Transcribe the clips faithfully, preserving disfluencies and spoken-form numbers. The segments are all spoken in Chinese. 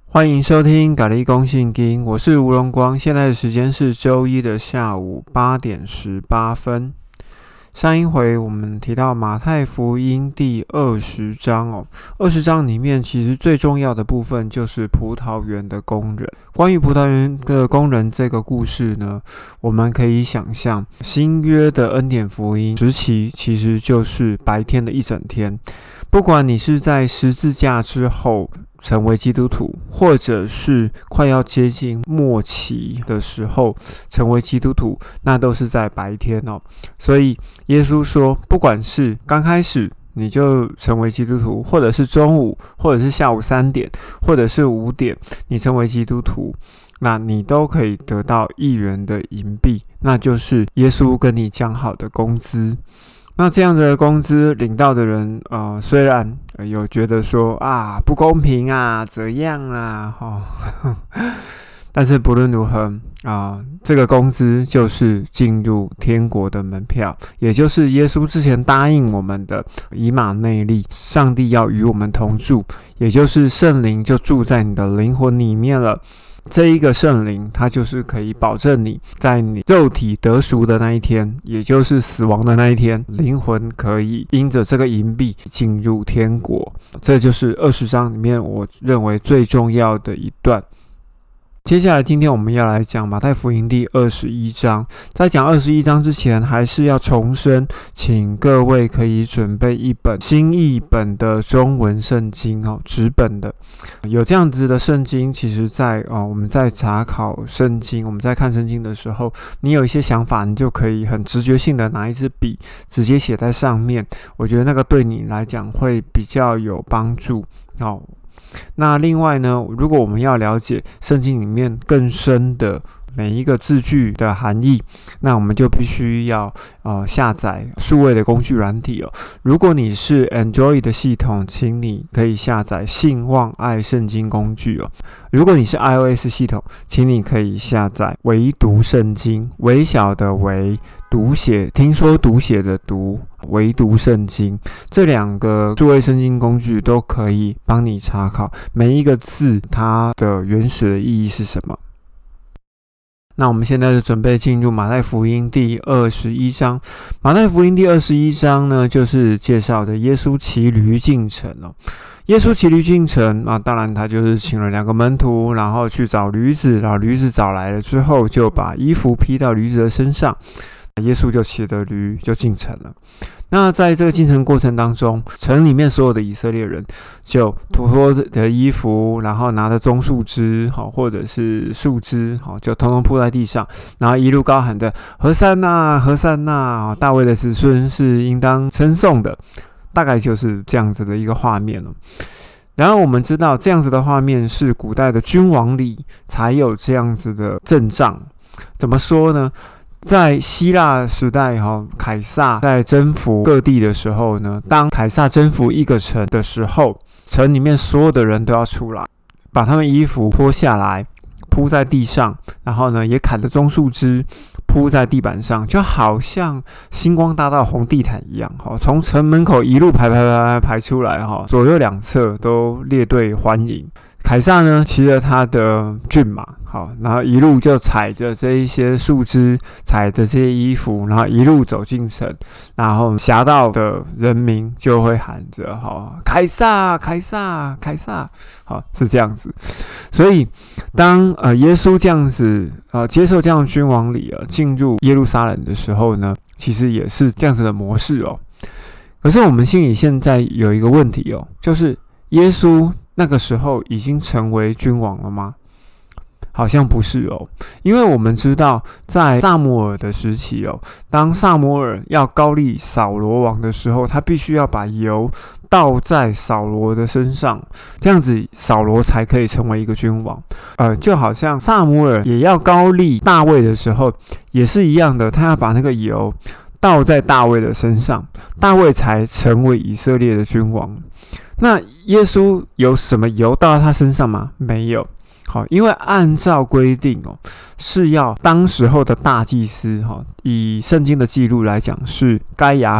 欢迎收听咖喱公信经，我是吴荣光，现在的时间是周一的下午八点十八分。上一回我们提到马太福音第二十章哦，二十章里面其实最重要的部分就是葡萄园的工人。关于葡萄园的工人这个故事呢，我们可以想象新约的恩典福音时期其实就是白天的一整天。不管你是在十字架之后成为基督徒，或者是快要接近末期的时候成为基督徒，那都是在白天哦。所以耶稣说，不管是刚开始你就成为基督徒，或者是中午，或者是下午三点，或者是五点，你成为基督徒，那你都可以得到一元的银币，那就是耶稣跟你讲好的工资。那这样的工资领到的人，呃，虽然有觉得说啊不公平啊，怎样啊，哦、但是不论如何啊、呃，这个工资就是进入天国的门票，也就是耶稣之前答应我们的以马内利，上帝要与我们同住，也就是圣灵就住在你的灵魂里面了。这一个圣灵，它就是可以保证你在你肉体得赎的那一天，也就是死亡的那一天，灵魂可以因着这个银币进入天国。这就是二十章里面我认为最重要的一段。接下来今天我们要来讲马太福音第二十一章。在讲二十一章之前，还是要重申，请各位可以准备一本新译本的中文圣经哦，纸本的。有这样子的圣经，其实在、哦、我们在查考圣经，我们在看圣经的时候，你有一些想法，你就可以很直觉性的拿一支笔直接写在上面。我觉得那个对你来讲会比较有帮助哦。那另外呢，如果我们要了解圣经里面更深的每一个字句的含义，那我们就必须要呃下载数位的工具软体哦。如果你是 Android 的系统，请你可以下载信望爱圣经工具哦。如果你是 iOS 系统，请你可以下载唯读圣经，微小的微，读写听说读写的读，唯读圣经，这两个数位圣经工具都可以帮你查考每一个字它的原始的意义是什么。那我们现在就准备进入马太福音第二十一章。马太福音第二十一章呢，就是介绍的耶稣骑驴进城哦。耶稣骑驴进城啊，当然他就是请了两个门徒，然后去找驴子，然后驴子找来了之后，就把衣服披到驴子的身上，耶稣就骑着驴就进城了。那在这个进城过程当中，城里面所有的以色列人就脱的衣服，然后拿着棕树枝或者是树枝，就统统铺在地上，然后一路高喊着和散那和散那，大卫的子孙是应当称颂的，大概就是这样子的一个画面了。然后我们知道这样子的画面是古代的君王里才有这样子的阵仗。怎么说呢？在希腊时代，凯撒在征服各地的时候呢，当凯撒征服一个城的时候，城里面所有的人都要出来，把他们衣服脱下来铺在地上，然后呢也砍了棕树枝铺在地板上，就好像星光大道红地毯一样，从城门口一路排排排排排出来，左右两侧都列队欢迎。凯撒呢骑着他的骏马，好，然后一路就踩着这一些树枝，踩着这些衣服，然后一路走进城，然后侠盗的人民就会喊着好，凯撒凯撒凯撒，好，是这样子。所以当呃耶稣这样子呃接受这样的君王礼呃进入耶路撒冷的时候呢，其实也是这样子的模式哦。可是我们心里现在有一个问题哦，就是耶稣那个时候已经成为君王了吗？好像不是哦，因为我们知道在撒母耳的时期哦，当撒母耳要膏立扫罗王的时候，他必须要把油倒在扫罗的身上，这样子扫罗才可以成为一个君王。呃，就好像撒母耳也要膏立大卫的时候，也是一样的，他要把那个油倒在大卫的身上，大卫才成为以色列的君王。那耶稣有什么油倒在他身上吗？没有。好，因为按照规定哦，是要当时候的大祭司哈，以圣经的记录来讲是该亚法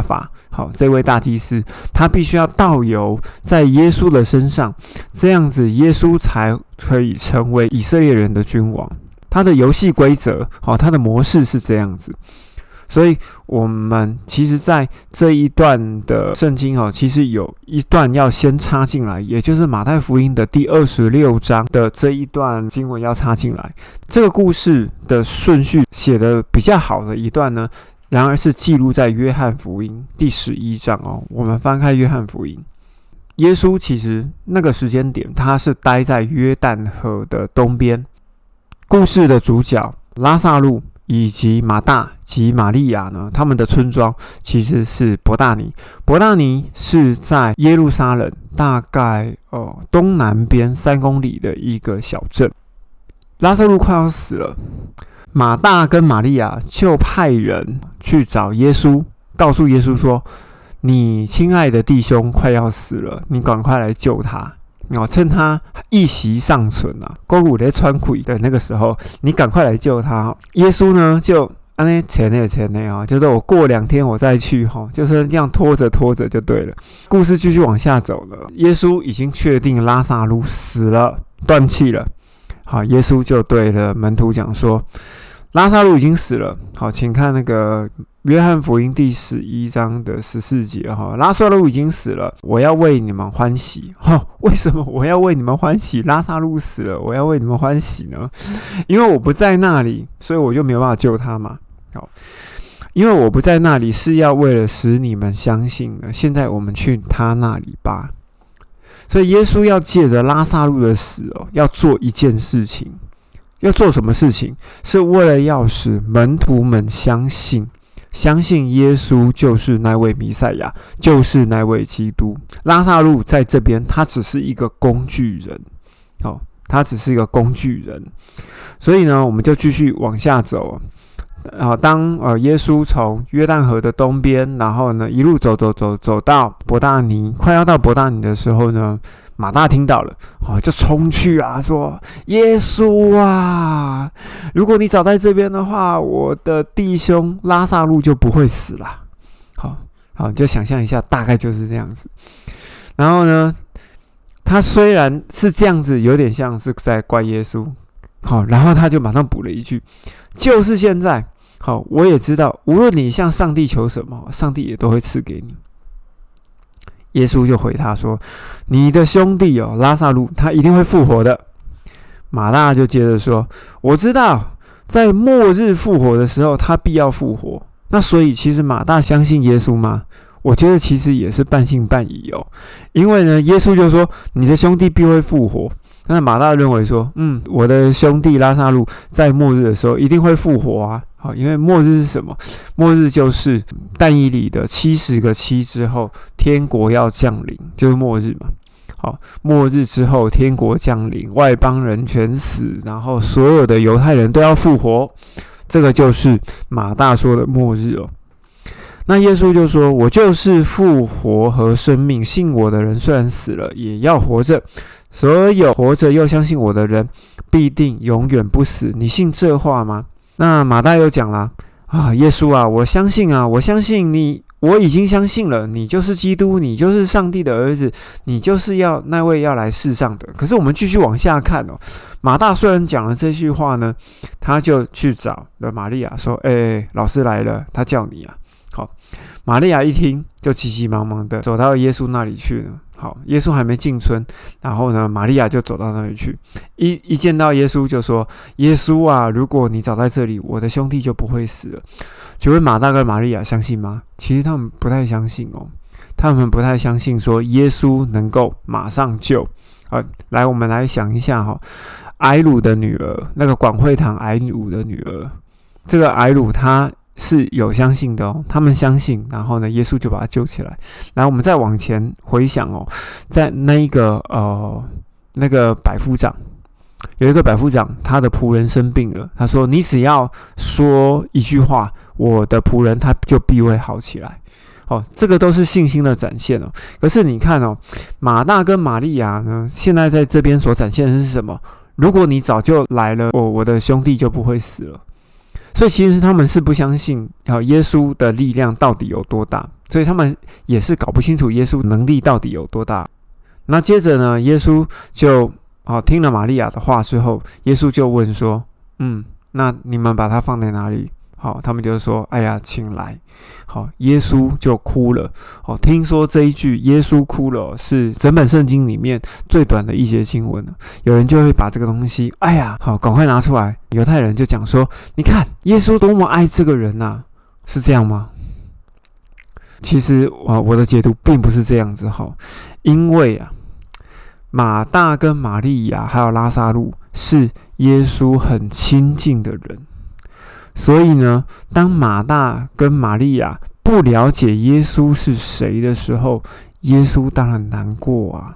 好，这位大祭司他必须要倒油在耶稣的身上，这样子耶稣才可以成为以色列人的君王。他的游戏规则，好，他的模式是这样子。所以我们其实在这一段的圣经哦，其实有一段要先插进来，也就是马太福音的第二十六章的这一段经文要插进来。这个故事的顺序写得比较好的一段呢，然而是记录在约翰福音第十一章哦。我们翻开约翰福音，耶稣其实那个时间点他是待在约旦河的东边。故事的主角拉撒路以及马大及玛利亚呢，他们的村庄其实是伯大尼。伯大尼是在耶路撒冷大概呃东南边三公里的一个小镇。拉撒路快要死了，马大跟玛利亚就派人去找耶稣，告诉耶稣说：“你亲爱的弟兄快要死了，你赶快来救他。”哦，趁他一息尚存啊，鼓鼓在喘气的那个时候，你赶快来救他。耶稣呢，就安尼前内前内啊，就是我过两天我再去哈，就是这样拖着拖着就对了。故事继续往下走了，耶稣已经确定拉撒路死了，断气了。好，耶稣就对了门徒讲说，拉撒路已经死了。好，请看那个约翰福音第十一章的十四节哈，拉撒路已经死了，我要为你们欢喜。哈，为什么我要为你们欢喜？拉撒路死了，我要为你们欢喜呢？因为我不在那里，所以我就没有办法救他嘛。好，因为我不在那里，是要为了使你们相信呢。现在我们去他那里吧。所以耶稣要借着拉撒路的死哦，要做一件事情。要做什么事情？是为了要使门徒们相信。相信耶稣就是那位弥赛亚，就是那位基督。拉撒路在这边，他只是一个工具人，哦，他只是一个工具人。所以呢，我们就继续往下走。啊，当呃耶稣从约旦河的东边，然后呢一路走走走走到伯大尼，快要到伯大尼的时候呢，马大听到了，哦，就冲去啊，说：“耶稣啊，如果你早在这边的话，我的弟兄拉撒路就不会死了。”好，好，就想象一下，大概就是这样子。然后呢，他虽然是这样子，有点像是在怪耶稣，好，然后他就马上补了一句：“就是现在。”好，我也知道，无论你向上帝求什么，上帝也都会赐给你。耶稣就回他说：“你的兄弟哦，拉撒路，他一定会复活的。”马大就接着说：“我知道，在末日复活的时候，他必要复活。”那所以，其实马大相信耶稣吗？我觉得其实也是半信半疑哦。因为呢，耶稣就说：“你的兄弟必会复活。”那马大认为说：“嗯，我的兄弟拉撒路在末日的时候一定会复活啊。”好，因为末日是什么？末日就是但以理的七十个七之后，天国要降临，就是末日嘛。好，末日之后，天国降临，外邦人全死，然后所有的犹太人都要复活，这个就是马大说的末日哦。那耶稣就说：“我就是复活和生命，信我的人虽然死了，也要活着。所有活着又相信我的人，必定永远不死。你信这话吗？”那马大又讲啦：“啊，耶稣啊，我相信啊，我相信你，我已经相信了，你就是基督，你就是上帝的儿子，你就是要那位要来世上的。”可是我们继续往下看哦，马大虽然讲了这句话呢，他就去找了玛利亚说：“哎、欸，老师来了，他叫你啊。”好，玛利亚一听，就急急忙忙的走到耶稣那里去了。好，耶稣还没进村，然后呢，玛利亚就走到那里去，一一见到耶稣就说：“耶稣啊，如果你早在这里，我的兄弟就不会死了。”请问马大跟玛利亚相信吗？其实他们不太相信哦，他们不太相信说耶稣能够马上救。啊，来，我们来想一下哈、哦，埃鲁的女儿，那个广会堂埃鲁的女儿，这个埃鲁她是有相信的哦，他们相信，然后呢，耶稣就把他救起来。然后我们再往前回想哦，在那一个呃那个百夫长，有一个百夫长，他的仆人生病了，他说：“你只要说一句话，我的仆人他就必会好起来。”哦，这个都是信心的展现哦。可是你看哦，马大跟玛利亚呢，现在在这边所展现的是什么？如果你早就来了，我我的兄弟就不会死了。 所以其实他们是不相信耶稣的力量到底有多大，所以他们也是搞不清楚耶稣能力到底有多大。那接着呢，耶稣就听了玛利亚的话之后，耶稣就问说，嗯，那你们把它放在哪里？好，他们就说，哎呀，请来。好，耶稣就哭了。好，听说这一句耶稣哭了是整本圣经里面最短的一节经文了。有人就会把这个东西，哎呀，好，赶快拿出来。犹太人就讲说，你看耶稣多么爱这个人啊，是这样吗？其实我的解读并不是这样子哈，因为啊，马大跟玛利亚还有拉撒路是耶稣很亲近的人。所以呢，当马大跟玛利亚不了解耶稣是谁的时候，耶稣当然难过啊。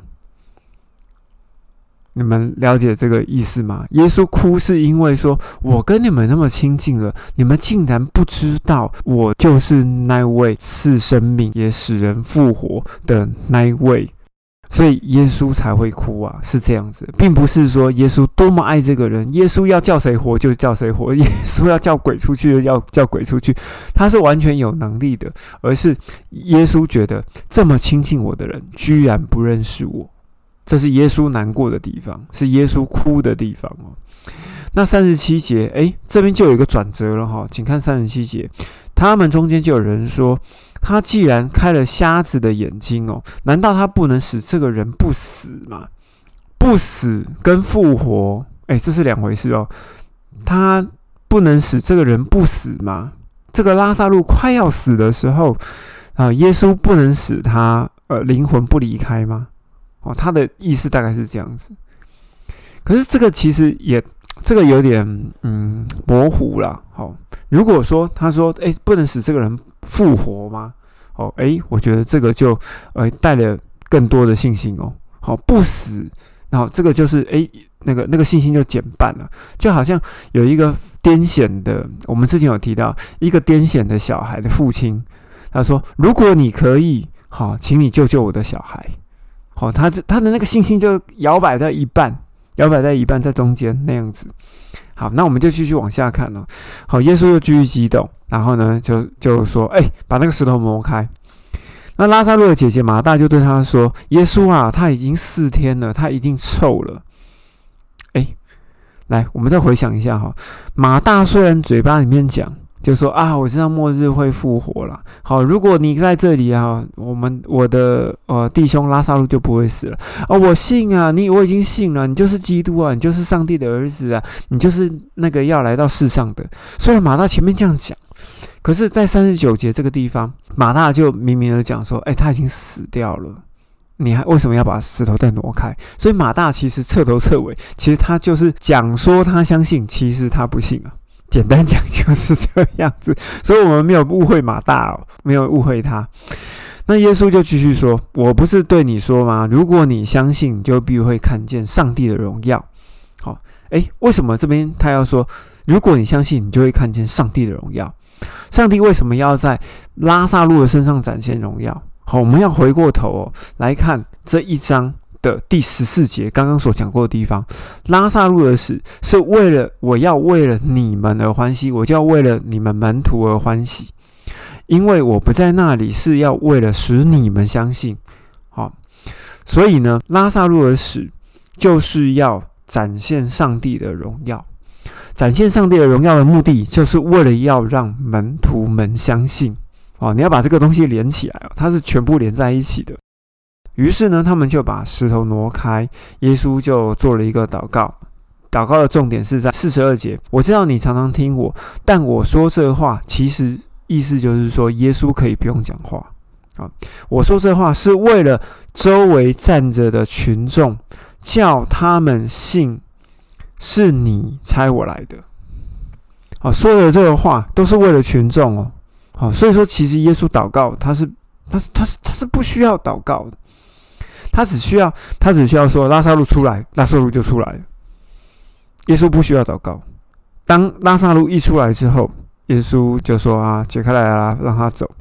你们了解这个意思吗？耶稣哭是因为说，我跟你们那么亲近了，你们竟然不知道我就是那位赐生命也使人复活的那一位。所以耶稣才会哭啊，是这样子，并不是说耶稣多么爱这个人，耶稣要叫谁活就叫谁活，耶稣要叫鬼出去就要叫鬼出去，他是完全有能力的，而是耶稣觉得这么亲近我的人居然不认识我，这是耶稣难过的地方，是耶稣哭的地方哦。那三十七节，哎，这边就有一个转折了哈，请看三十七节，他们中间就有人说，他既然开了瞎子的眼睛哦，难道他不能使这个人不死吗？不死跟复活，哎，这是两回事哦。他不能使这个人不死吗？这个拉撒路快要死的时候啊，耶稣不能使他呃灵魂不离开吗？哦，他的意思大概是这样子。可是这个其实也。这个有点嗯模糊啦。好，如果说他说哎不能使这个人复活吗？哦，哎，我觉得这个就呃带了更多的信心哦。好，不死，然后这个就是哎那个那个信心就减半了，就好像有一个癫痫的，我们之前有提到一个癫痫的小孩的父亲，他说如果你可以，好，请你救救我的小孩。好，他他的那个信心就摇摆在一半。摇摆在一半，在中间那样子。好，那我们就继续往下看了。好，耶稣又继续激动，然后呢，就就说：“哎、欸，把那个石头挪开。”那拉撒路的姐姐马大就对他说：“耶稣啊，他已经四天了，他一定臭了。”哎，来，我们再回想一下哈。马大虽然嘴巴里面讲，就说啊，我知道末日会复活了。好，如果你在这里啊，我们我的呃弟兄拉撒路就不会死了。哦，我信啊，你我已经信了，你就是基督啊，你就是上帝的儿子啊，你就是那个要来到世上的。虽然马大前面这样讲，可是在三十九节这个地方，马大就明明的讲说，哎，他已经死掉了。你还为什么要把石头再挪开？所以马大其实彻头彻尾，其实他就是讲说他相信，其实他不信啊。简单讲就是这样子，所以我们没有误会马大哦，没有误会他。那耶稣就继续说：“我不是对你说吗？如果你相信，你就必会看见上帝的荣耀。”好，哎，为什么这边他要说，如果你相信，你就会看见上帝的荣耀？上帝为什么要在拉撒路的身上展现荣耀？好，我们要回过头哦，来看这一章的第十四节，刚刚所讲过的地方，拉撒路的死是为了我要为了你们而欢喜，我就要为了你们门徒而欢喜，因为我不在那里，是要为了使你们相信。好，所以呢，拉撒路的死就是要展现上帝的荣耀，展现上帝的荣耀的目的，就是为了要让门徒们相信。哦，你要把这个东西连起来，它是全部连在一起的。于是呢，他们就把石头挪开，耶稣就做了一个祷告。祷告的重点是在四十二节。我知道你常常听我，但我说这话，其实意思就是说，耶稣可以不用讲话。啊，我说这话是为了周围站着的群众，叫他们信是你差我来的。啊，说的这个话都是为了群众哦。好，所以说其实耶稣祷告，他是他他是他是不需要祷告的。他只需要，他只需要说拉撒路出来，拉撒路就出来了。耶稣不需要祷告。当拉撒路一出来之后，耶稣就说啊，解开来啦，让他走。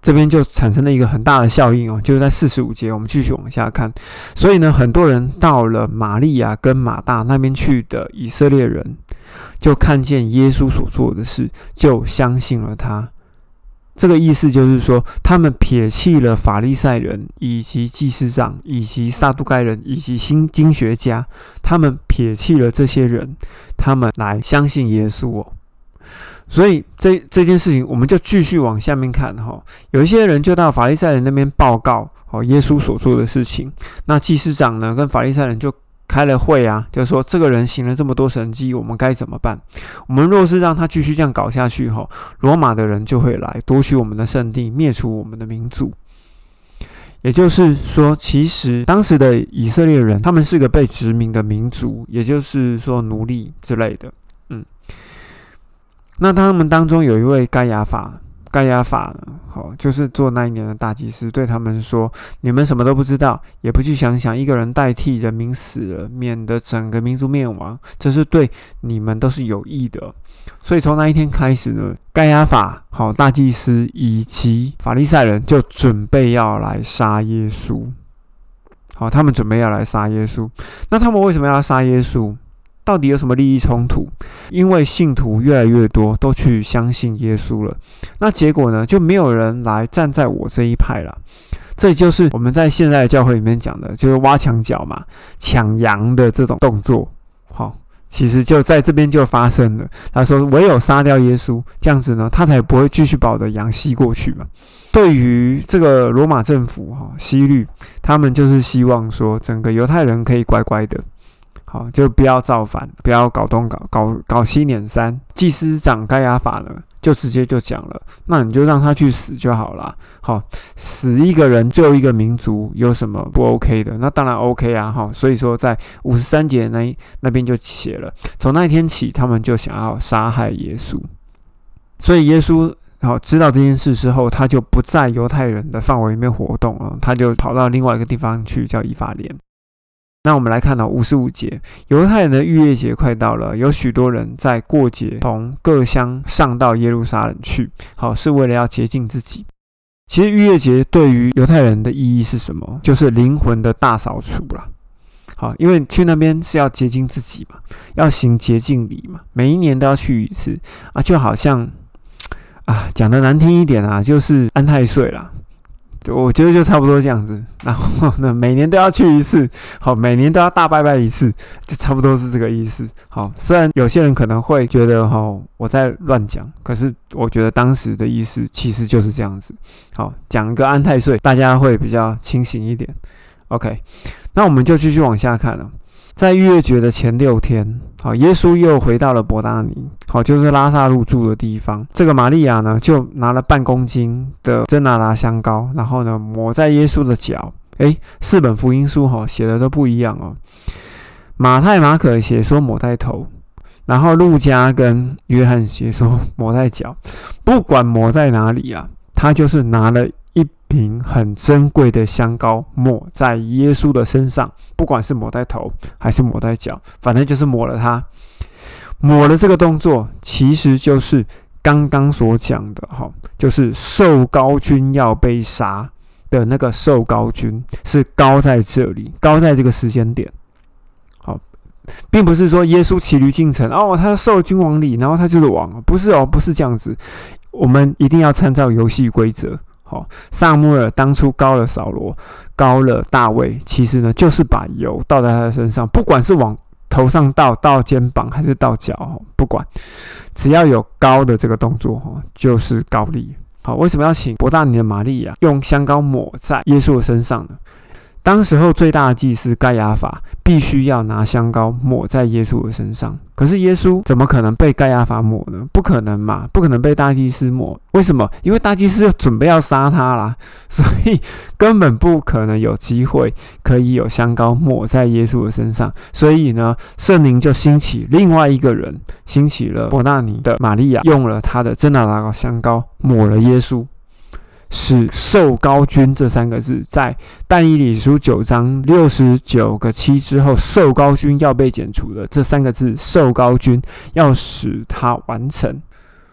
这边就产生了一个很大的效应哦，就是在四十五节，我们继续往下看。所以呢，很多人到了玛利亚跟马大那边去的以色列人，就看见耶稣所做的事，就相信了他。这个意思就是说，他们撇弃了法利赛人以及祭司长以及撒都该人以及新经学家，他们撇弃了这些人，他们来相信耶稣哦。所以 这, 这件事情我们就继续往下面看、哦、有一些人就到法利赛人那边报告、哦、耶稣所做的事情。那祭司长呢跟法利赛人就开了会啊，就说这个人行了这么多神迹，我们该怎么办？我们若是让他继续这样搞下去、哦、罗马的人就会来夺取我们的圣地，灭除我们的民族。也就是说，其实当时的以色列人他们是个被殖民的民族，也就是说奴隶之类的。嗯，那他们当中有一位该亚法，该亚法呢，好，就是做那一年的大祭司，对他们说：你们什么都不知道，也不去想想一个人代替人民死了，免得整个民族灭亡，这是对你们都是有益的。所以从那一天开始呢，该亚法、好大祭司以及法利赛人就准备要来杀耶稣。好，他们准备要来杀耶稣。那他们为什么要杀耶稣？到底有什么利益冲突？因为信徒越来越多都去相信耶稣了，那结果呢，就没有人来站在我这一派了。这就是我们在现在的教会里面讲的，就是挖墙脚嘛，抢羊的这种动作。好，其实就在这边就发生了。他说唯有杀掉耶稣，这样子呢，他才不会继续把我的羊吸过去嘛。对于这个罗马政府希律，他们就是希望说整个犹太人可以乖乖的，好，就不要造反，不要搞东搞搞搞西撵三。祭司长该亚法呢，就直接就讲了，那你就让他去死就好了。好，死一个人救一个民族，有什么不 OK 的？那当然 OK 啊。好，所以说在五十三节那那边就写了，从那一天起，他们就想要杀害耶稣。所以耶稣好知道这件事之后，他就不在犹太人的范围里面活动了，他就跑到另外一个地方去，叫以法莲。那我们来看到五十五节，犹太人的逾越节快到了，有许多人在过节从各乡上到耶路撒冷去，好，是为了要洁净自己。其实逾越节对于犹太人的意义是什么？就是灵魂的大扫除啦。好，因为去那边是要洁净自己嘛，要行洁净礼嘛，每一年都要去一次啊，就好像啊，讲的难听一点啊，就是安太岁啦。我觉得就差不多这样子，然后呢，每年都要去一次，好，每年都要大拜拜一次，就差不多是这个意思。好，虽然有些人可能会觉得哈我在乱讲，可是我觉得当时的意思其实就是这样子。好，讲一个安太岁，大家会比较清醒一点。OK， 那我们就继续往下看了。在逾越节的前六天，好，耶稣又回到了伯大尼，好，就是拉撒路住的地方。这个玛利亚呢，就拿了半公斤的真拿达香膏，然后呢，抹在耶稣的脚。诶，四本福音书哈写的都不一样哦。马太、马可写说抹在头，然后路加跟约翰写说抹在脚。不管抹在哪里啊，他就是拿了一瓶很珍贵的香膏抹在耶稣的身上，不管是抹在头还是抹在脚，反正就是抹了它。抹了这个动作，其实就是刚刚所讲的，就是受膏君要被杀的那个受膏君，是膏在这里，膏在这个时间点。好，并不是说耶稣骑驴进城哦，他受君王礼，然后他就是王，不是哦，不是这样子。我们一定要参照游戏规则。好，撒母耳当初膏了扫罗，膏了大卫，其实呢就是把油倒在他的身上，不管是往头上倒、到肩膀还是到脚，不管，只要有膏的这个动作，就是膏立。好，为什么要请伯大尼的玛利亚用香膏抹在耶稣的身上呢？当时候最大的祭司该亚法必须要拿香膏抹在耶稣的身上，可是耶稣怎么可能被该亚法抹呢？不可能嘛，不可能被大祭司抹。为什么？因为大祭司准备要杀他啦，所以根本不可能有机会可以有香膏抹在耶稣的身上。所以呢，圣灵就兴起另外一个人，兴起了伯大尼的玛利亚，用了他的真拿达香膏抹了耶稣。使受膏君这三个字在但以理书九章六十九个七之后，受膏君要被剪除的这三个字，受膏君要使它完成。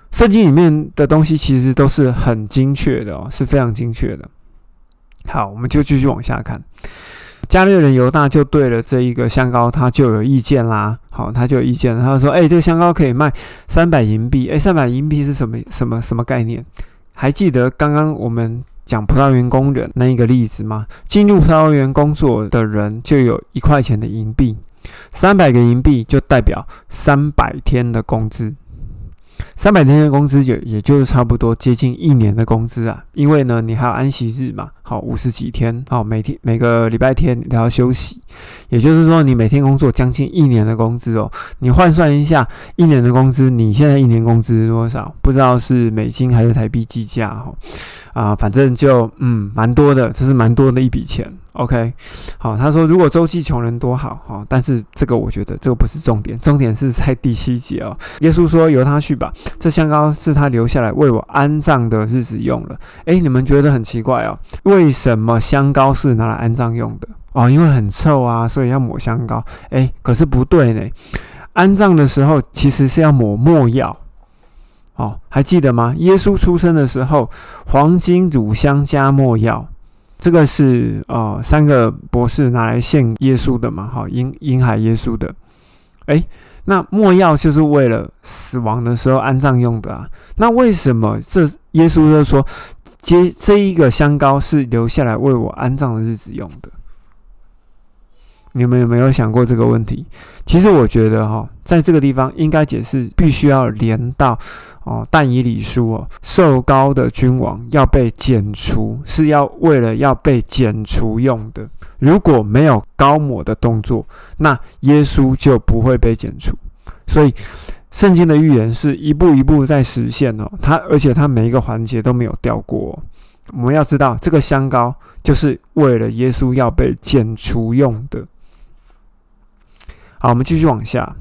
圣经里面的东西其实都是很精确的哦，是非常精确的。好，我们就继续往下看。加略人犹大就对了这一个香膏，他就有意见啦。好，他就有意见了，他就说：“哎、欸，这个香膏可以卖三百银币。哎，三百银币是什么什么什么概念？还记得刚刚我们讲葡萄园工人那一个例子吗？进入葡萄园工作的人就有一块钱的银币，三百个银币就代表三百天的工资。”三百天的工资也也就是差不多接近一年的工资啊，因为呢你还有安息日嘛，好五十几天，好每天每个礼拜天你都要休息，也就是说你每天工作将近一年的工资哦。你换算一下一年的工资，你现在一年工资多少？不知道是美金还是台币计价哈啊，反正就嗯蛮多的，这是蛮多的一笔钱。OK， 好，他说如果周济穷人多好，好，但是这个我觉得这个不是重点，重点是在第七节哦。耶稣说：“由他去吧，这香膏是他留下来为我安葬的日子用了。”哎，你们觉得很奇怪哦，为什么香膏是拿来安葬用的？哦，因为很臭啊，所以要抹香膏。哎，可是不对呢，安葬的时候其实是要抹没药。哦，还记得吗？耶稣出生的时候，黄金、乳香加没药。这个是呃三个博士拿来献耶稣的嘛，好婴婴孩耶稣的。哎，那没药就是为了死亡的时候安葬用的啊。那为什么这耶稣就说这这一个香膏是留下来为我安葬的日子用的？你们有没有想过这个问题？其实我觉得哈、哦，在这个地方应该解释，必须要连到哦，但以理书哦，受膏的君王要被剪除，是要为了要被剪除用的。如果没有膏抹的动作，那耶稣就不会被剪除。所以圣经的预言是一步一步在实现哦，它而且它每一个环节都没有掉过、哦。我们要知道，这个香膏就是为了耶稣要被剪除用的。好，我们继续往下。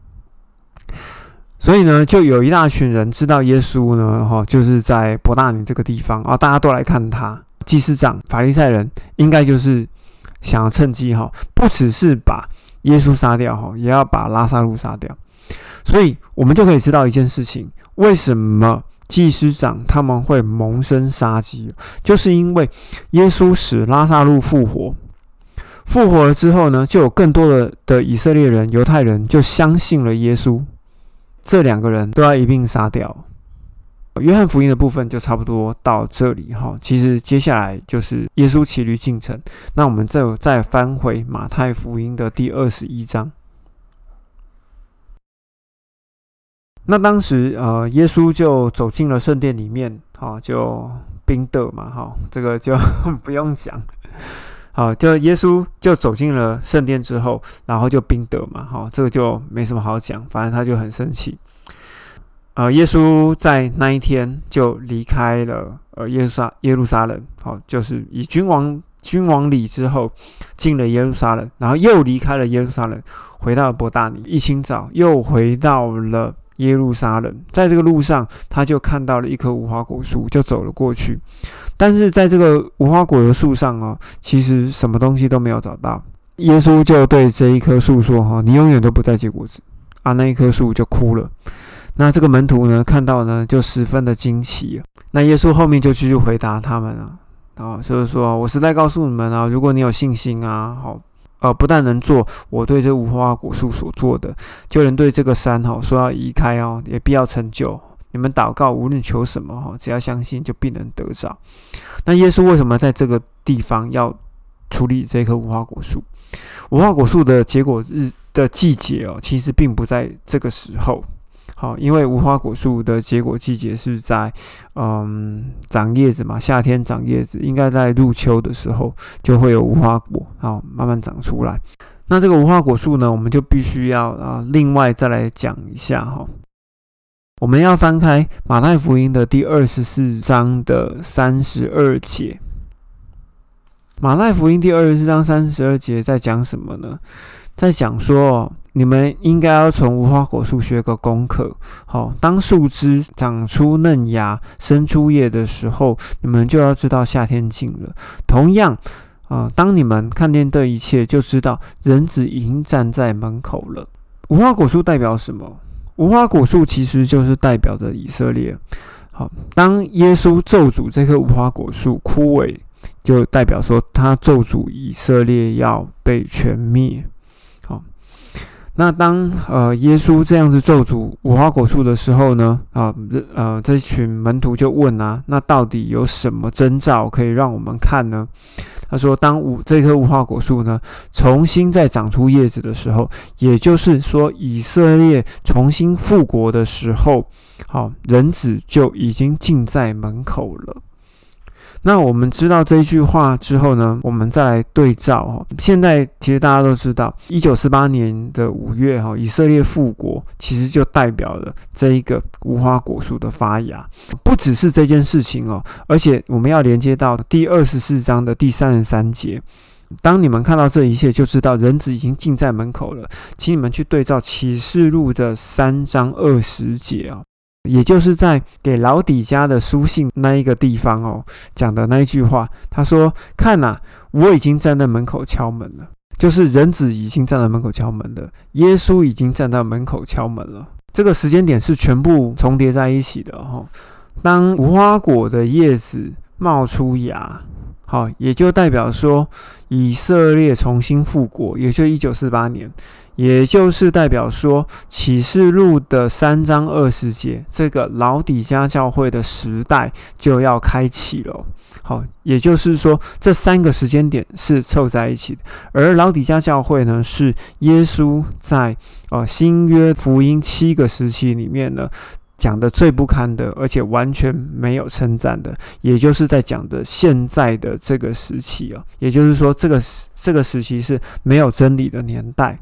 所以呢，就有一大群人知道耶稣呢，哈，就是在伯大尼这个地方啊，大家都来看他。祭司长、法利赛人应该就是想要趁机哈，不只是把耶稣杀掉哈，也要把拉撒路杀掉。所以我们就可以知道一件事情：为什么祭司长他们会萌生杀机，就是因为耶稣使拉撒路复活。复活了之后呢，就有更多的的以色列人、犹太人就相信了耶稣，这两个人都要一并杀掉。约翰福音的部分就差不多到这里哈，其实接下来就是耶稣骑驴进城。那我们再再翻回马太福音的第二十一章。那当时呃，耶稣就走进了圣殿里面，好，就宾得嘛，好，这个就不用讲。好，就耶稣就走进了圣殿之后，然后就宾得嘛，好，这个就没什么好讲，反正他就很生气。呃，耶稣在那一天就离开了呃耶路撒耶路撒冷，好，就是以君王君王礼之后进了耶路撒冷，然后又离开了耶路撒冷，回到了伯大尼。一清早又回到了耶路撒冷，在这个路上，他就看到了一棵无花果树，就走了过去。但是在这个无花果的树上哦，其实什么东西都没有找到。耶稣就对这一棵树说：“哈，你永远都不再结果子。”啊，那一棵树就哭了。那这个门徒呢，看到呢，就十分的惊奇。那耶稣后面就继续回答他们啊，啊，就是说我实在告诉你们啊，如果你有信心啊，好。呃，不但能做我对这无花果树所做的，就能对这个山哈说要移开哦，也必要成就。你们祷告，无论求什么哈，只要相信，就必能得着。那耶稣为什么在这个地方要处理这棵无花果树？无花果树的结果日的季节哦，其实并不在这个时候。好，因为无花果树的结果季节是在嗯长叶子嘛，夏天长叶子，应该在入秋的时候就会有无花果，好慢慢长出来。那这个无花果树呢，我们就必须要啊另外再来讲一下哈。我们要翻开马太福音的第二十四章的三十二节。马太福音第二十四章三十二节在讲什么呢？在讲说，你们应该要从无花果树学个功课。好，当树枝长出嫩芽、生出叶的时候，你们就要知道夏天近了。同样，呃，当你们看见这一切，就知道人子已经站在门口了。无花果树代表什么？ 无花果树其实就是代表着以色列。好，当耶稣咒诅这棵无花果树枯萎，就代表说他咒诅以色列要被全灭。好，那当呃耶稣这样子咒诅无花果树的时候呢，啊呃这群门徒就问啊，那到底有什么征兆可以让我们看呢？他说，当无这棵无花果树呢重新再长出叶子的时候，也就是说以色列重新复国的时候，好，人子就已经近在门口了。那我们知道这句话之后呢，我们再来对照。现在其实大家都知道，一九四八年的五月，以色列复国，其实就代表了这一个无花果树的发芽。不只是这件事情哦，而且我们要连接到第二十四章的第三十三节。当你们看到这一切，就知道人子已经近在门口了。请你们去对照启示录的三章二十节哦。也就是在给老底嘉的书信那一个地方哦，讲的那一句话，他说：“看啊，我已经站在门口敲门了。”就是人子已经站在门口敲门了，耶稣已经站在门口敲门了。这个时间点是全部重叠在一起的哦。当无花果的叶子冒出芽，好，也就代表说以色列重新复国，也就一九四八年。也就是代表说启示录的三章二十节，这个老底嘉教会的时代就要开启了。好，也就是说这三个时间点是凑在一起的。而老底嘉教会呢，是耶稣在呃新约福音七个时期里面呢讲的最不堪的，而且完全没有称赞的，也就是在讲的现在的这个时期哦。也就是说这个这个时期是没有真理的年代。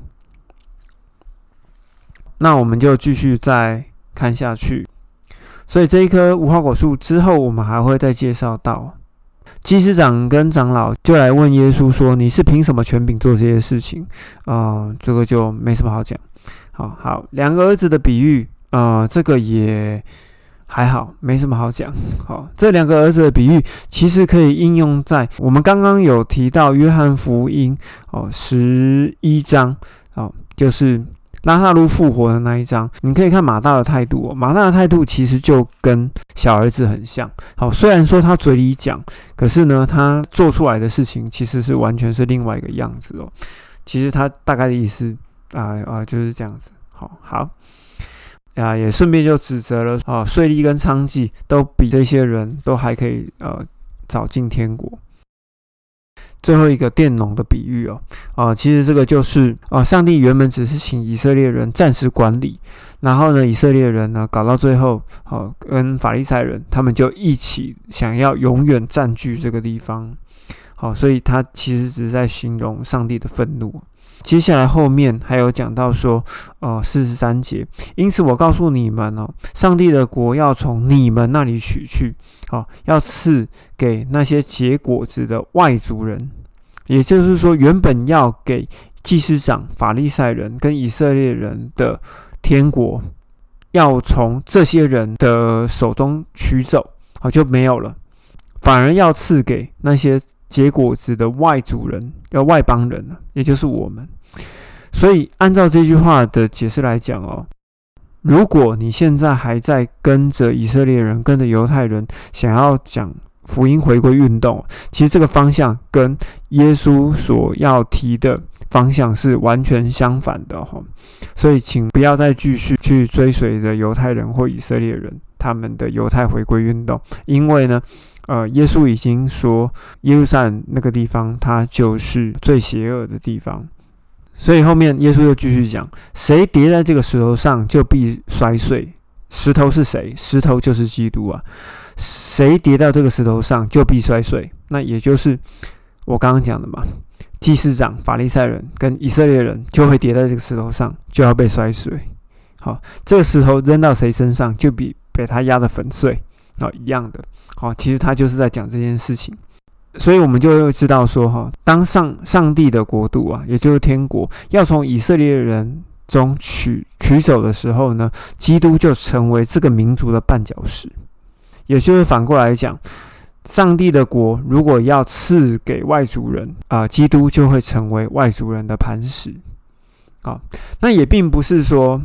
那我们就继续再看下去。所以这一棵无花果树之后，我们还会再介绍到，祭司长跟长老就来问耶稣说：“你是凭什么权柄做这些事情？”啊、呃，这个就没什么好讲。好好，两个儿子的比喻，呃，这个也还好，没什么好讲。好，这两个儿子的比喻其实可以应用在我们刚刚有提到约翰福音哦十一章，哦，就是拉撒路复活的那一章。你可以看马大的态度哦，马大的态度其实就跟小儿子很像。好，虽然说他嘴里讲，可是呢，他做出来的事情其实是完全是另外一个样子哦。其实他大概的意思啊啊、呃、就是这样子。好好。啊，也顺便就指责了啊，税吏跟娼妓都比这些人都还可以呃早进天国。最后一个佃农的比喻哦，啊，其实这个就是啊，上帝原本只是请以色列人暂时管理，然后呢，以色列人呢搞到最后，啊，跟法利赛人他们就一起想要永远占据这个地方。好，所以他其实只是在形容上帝的愤怒。接下来后面还有讲到说，呃，四十三节，因此我告诉你们哦，上帝的国要从你们那里取去，哦，要赐给那些结果子的外族人，也就是说，原本要给祭司长、法利赛人跟以色列人的天国，要从这些人的手中取走，好，就没有了，反而要赐给那些结果子的外族人，要外邦人，也就是我们。所以按照这句话的解释来讲哦，如果你现在还在跟着以色列人、跟着犹太人想要讲福音回归运动，其实这个方向跟耶稣所要提的方向是完全相反的哦。所以请不要再继续去追随着犹太人或以色列人他们的犹太回归运动，因为呢呃，耶稣已经说耶路撒冷那个地方它就是最邪恶的地方。所以后面耶稣又继续讲，谁跌在这个石头上就必摔碎。石头是谁？石头就是基督啊。谁跌到这个石头上就必摔碎，那也就是我刚刚讲的嘛，祭司长、法利赛人跟以色列人就会跌在这个石头上，就要被摔碎。好，这个石头扔到谁身上就比被他压得粉碎，好，一样的。好，其实他就是在讲这件事情。所以我们就会知道说，当上上帝的国度啊，也就是天国，要从以色列人中取取走的时候呢，基督就成为这个民族的绊脚石。也就是反过来讲，上帝的国如果要赐给外族人啊、呃，基督就会成为外族人的磐石。好，那也并不是说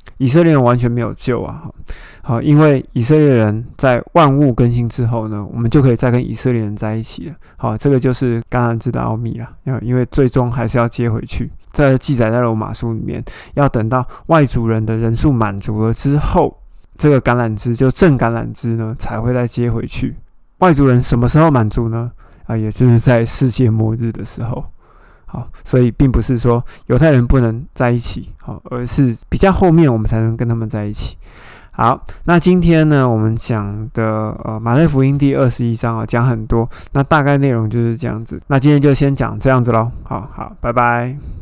以色列人完全没有救啊！好，因为以色列人在万物更新之后呢，我们就可以再跟以色列人在一起了。好，这个就是橄榄枝的奥秘啦。因为最终还是要接回去，这记载在罗马书里面，要等到外族人的人数满足了之后，这个橄榄枝就正橄榄枝呢才会再接回去。外族人什么时候满足呢？啊，也就是在世界末日的时候。好，所以并不是说犹太人不能在一起，好，而是比较后面我们才能跟他们在一起。好，那今天呢，我们讲的呃马太福音第二十一章啊，讲很多，那大概内容就是这样子。那今天就先讲这样子咯。好好，拜拜。